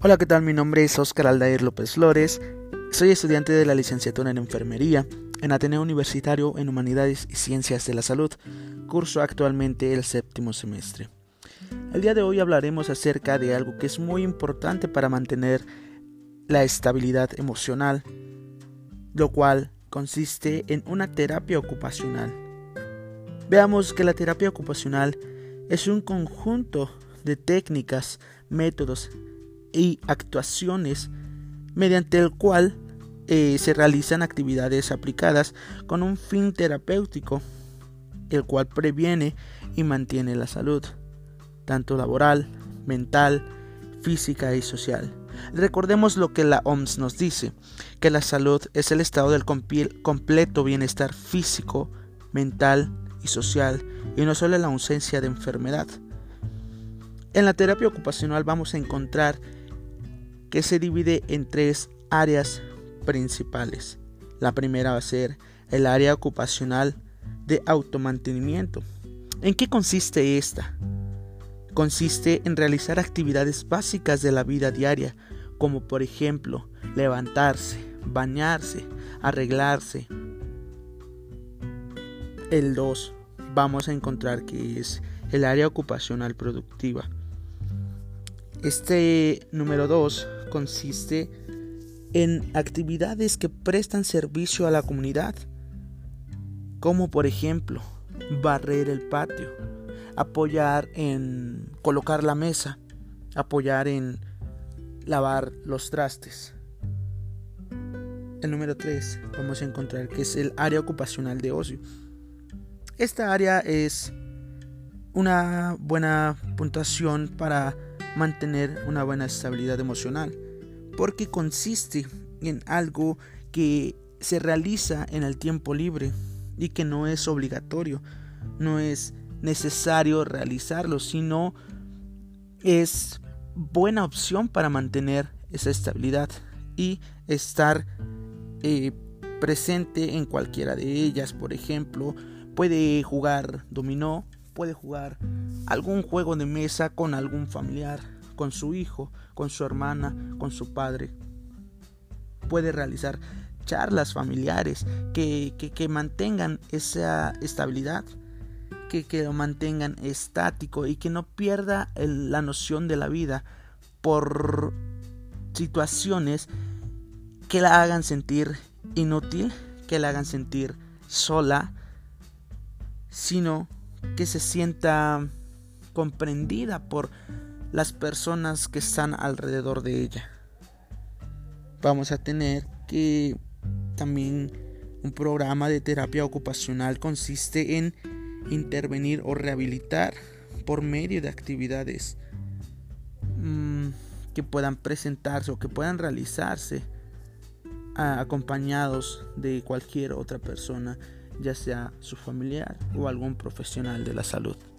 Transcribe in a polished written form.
Hola, ¿qué tal? Mi nombre es Óscar Aldair López Flores. Soy estudiante de la licenciatura en Enfermería en Ateneo Universitario en Humanidades y Ciencias de la Salud. Curso actualmente el 7º semestre. El día de hoy hablaremos acerca de algo que es muy importante para mantener la estabilidad emocional, lo cual consiste en una terapia ocupacional. Veamos que la terapia ocupacional es un conjunto de técnicas, métodos y actuaciones mediante el cual se realizan actividades aplicadas con un fin terapéutico, el cual previene y mantiene la salud, tanto laboral, mental, física y social. Recordemos lo que la OMS nos dice, que la salud es el estado del completo bienestar físico, mental y social, y no solo la ausencia de enfermedad. En la terapia ocupacional vamos a encontrar que se divide en 3 áreas principales. La primera va a ser el área ocupacional de automantenimiento. ¿En qué consiste esta? Consiste en realizar actividades básicas de la vida diaria, como por ejemplo levantarse, bañarse, arreglarse. El 2 vamos a encontrar que es el área ocupacional productiva. Este número 2 consiste en actividades que prestan servicio a la comunidad, como por ejemplo barrer el patio, apoyar en colocar la mesa, apoyar en lavar los trastes. El número 3 vamos a encontrar que es el área ocupacional de ocio. Esta área es una buena puntuación para mantener una buena estabilidad emocional, porque consiste en algo que se realiza en el tiempo libre y que no es obligatorio, no es necesario realizarlo, sino es buena opción para mantener esa estabilidad y estar presente en cualquiera de ellas. Por ejemplo, puede jugar dominó, puede jugar algún juego de mesa con algún familiar, con su hijo, con su hermana, con su padre. Puede realizar charlas familiares que mantengan esa estabilidad, que lo mantengan estático y que no pierda la noción de la vida por situaciones que la hagan sentir inútil, que la hagan sentir sola, sino que se sienta comprendida por las personas que están alrededor de ella. Vamos a tener que también un programa de terapia ocupacional consiste en intervenir o rehabilitar por medio de actividades que puedan presentarse o que puedan realizarse acompañados de cualquier otra persona, ya sea su familiar o algún profesional de la salud.